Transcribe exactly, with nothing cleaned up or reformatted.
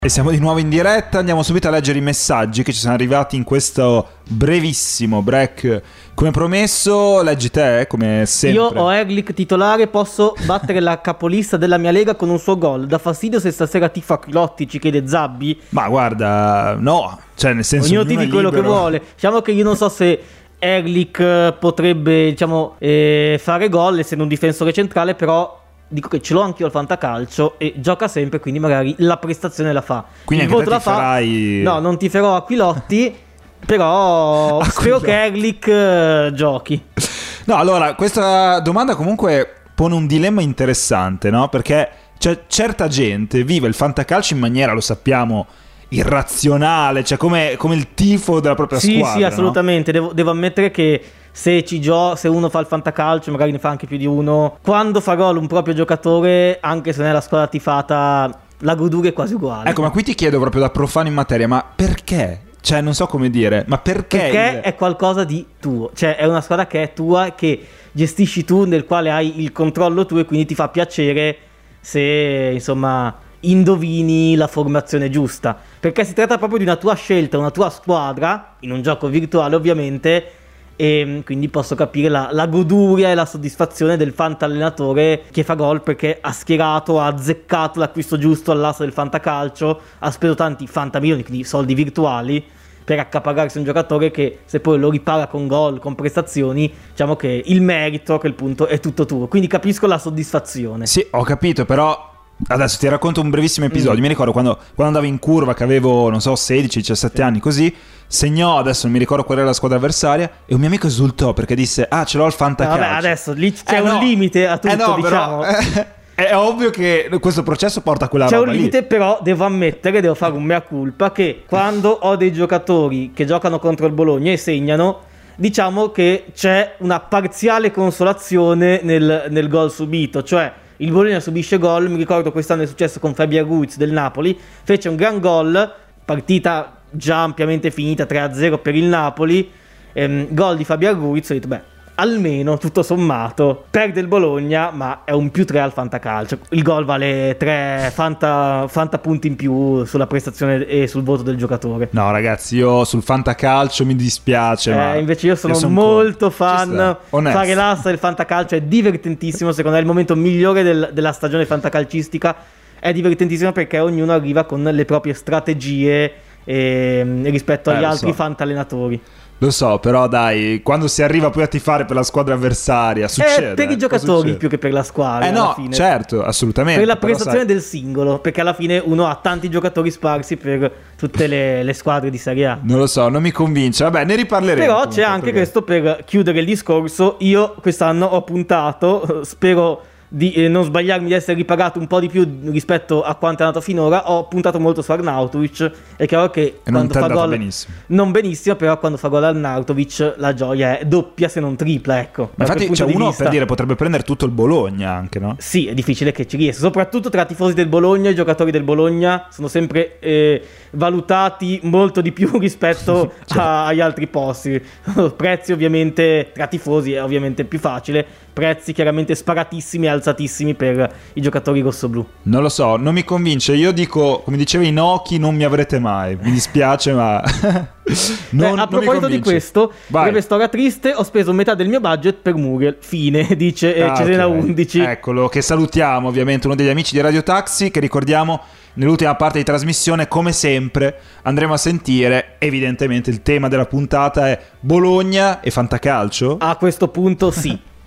E siamo di nuovo in diretta, andiamo subito a leggere i messaggi che ci sono arrivati in questo brevissimo break. Come promesso, leggi te, come sempre. Io ho Erlich titolare, posso battere la capolista della mia lega con un suo gol. Dà fastidio se stasera tifa Chilotti, ci chiede Zabbi. Ma guarda, no, cioè nel senso ognuno tifi quello che vuole. Diciamo che io non so se Erlich potrebbe, diciamo, eh, fare gol essendo un difensore centrale, però dico che ce l'ho anch'io al fantacalcio e gioca sempre, quindi magari la prestazione la fa. Quindi il anche voto te la ti farai... fa. No, non tiferò a Quilotti, però A spero Quilotti. che Erlich eh, giochi. No, allora, questa domanda comunque pone un dilemma interessante, no? Perché c'è certa gente vive il fantacalcio in maniera, lo sappiamo, irrazionale, cioè come, come il tifo della propria sì, squadra. Sì, assolutamente. No? Devo, devo ammettere che se ci gio- se uno fa il fantacalcio, magari ne fa anche più di uno, quando fa gol un proprio giocatore, anche se non è la squadra tifata, la goduria è quasi uguale. Ecco, ma qui ti chiedo proprio da profano in materia, ma perché? Cioè, non so come dire, ma perché? Perché il... è qualcosa di tuo, cioè è una squadra che è tua, che gestisci tu, nel quale hai il controllo tu, e quindi ti fa piacere se, insomma, indovini la formazione giusta, perché si tratta proprio di una tua scelta, una tua squadra, in un gioco virtuale ovviamente, e quindi posso capire la, la goduria e la soddisfazione del fantallenatore che fa gol perché ha schierato, ha azzeccato l'acquisto giusto all'asta del fantacalcio, ha speso tanti fantamilioni, quindi soldi virtuali, per accaparrarsi un giocatore che, se poi lo ripara con gol, con prestazioni, diciamo che il merito a quel punto è tutto tuo. Quindi capisco la soddisfazione. Sì, ho capito, però adesso ti racconto un brevissimo episodio. Mm. Mi ricordo quando, quando andavo in curva, che avevo, non so, sedici diciassette anni, così, segnò, adesso non mi ricordo qual era la squadra avversaria, e un mio amico esultò perché disse: ah, ce l'ho al fantacalcio. Vabbè, adesso lì c'è Eh, un no. limite a tutto, eh no, diciamo. però, eh, è ovvio che questo processo porta a quella C'è roba un lì. limite, però devo ammettere, devo fare un mea culpa, che quando ho dei giocatori che giocano contro il Bologna e segnano, diciamo che c'è una parziale consolazione nel, nel gol subito. Cioè il Bologna subisce gol, mi ricordo quest'anno è successo con Fabian Ruiz del Napoli, fece un gran gol, partita già ampiamente finita tre a zero per il Napoli, ehm, gol di Fabian Ruiz, ho detto beh, almeno tutto sommato perde il Bologna, ma è un più tre al fantacalcio, il gol vale tre fanta, fanta punti in più sulla prestazione e sul voto del giocatore. No ragazzi, io sul fantacalcio mi dispiace, Eh, ma invece io sono son molto con- Ci fan. sta. Onesto. Fare l'asta del fantacalcio è divertentissimo, secondo me è il momento migliore del- della stagione fantacalcistica, è divertentissimo perché ognuno arriva con le proprie strategie ehm, rispetto Eh, agli lo altri so. fantallenatori. Lo so, però dai, quando si arriva poi a tifare per la squadra avversaria, succede. È per eh, i giocatori succede. più che per la squadra. Eh alla no, fine. certo, assolutamente. Per la però prestazione sai, del singolo, perché alla fine uno ha tanti giocatori sparsi per tutte le, le squadre di Serie A. non lo so, non mi convince. Vabbè, ne riparleremo. Però comunque, c'è anche perché- questo, per chiudere il discorso, io quest'anno ho puntato, spero di eh, non sbagliarmi, di essere ripagato un po' di più rispetto a quanto è andato finora, ho puntato molto su Arnautovic. È chiaro che E non quando ti è fa andato gol, benissimo. non benissimo, però quando fa gol Arnautovic la gioia è doppia se non tripla, ecco. Ma da infatti quel punto c'è di uno, vista. per dire, potrebbe prendere tutto il Bologna anche, no? Sì, è difficile che ci riesca, soprattutto tra tifosi del Bologna. I giocatori del Bologna sono sempre eh, valutati molto di più rispetto a- agli altri posti. Prezzi ovviamente tra tifosi è ovviamente più facile, prezzi chiaramente sparatissimi e alzatissimi per i giocatori rossoblù. Non lo so, non mi convince. Io dico, come diceva Inoki, non mi avrete mai. Mi dispiace, ma non, Beh, non a mi proposito di convince. questo, Vai. breve storia triste, ho speso metà del mio budget per Muriel, fine, dice eh, Ah, Cesena ok. undici. Eccolo, che salutiamo ovviamente, uno degli amici di Radio Taxi, che ricordiamo nell'ultima parte di trasmissione, come sempre, andremo a sentire. Evidentemente il tema della puntata è Bologna e fantacalcio. A questo punto sì.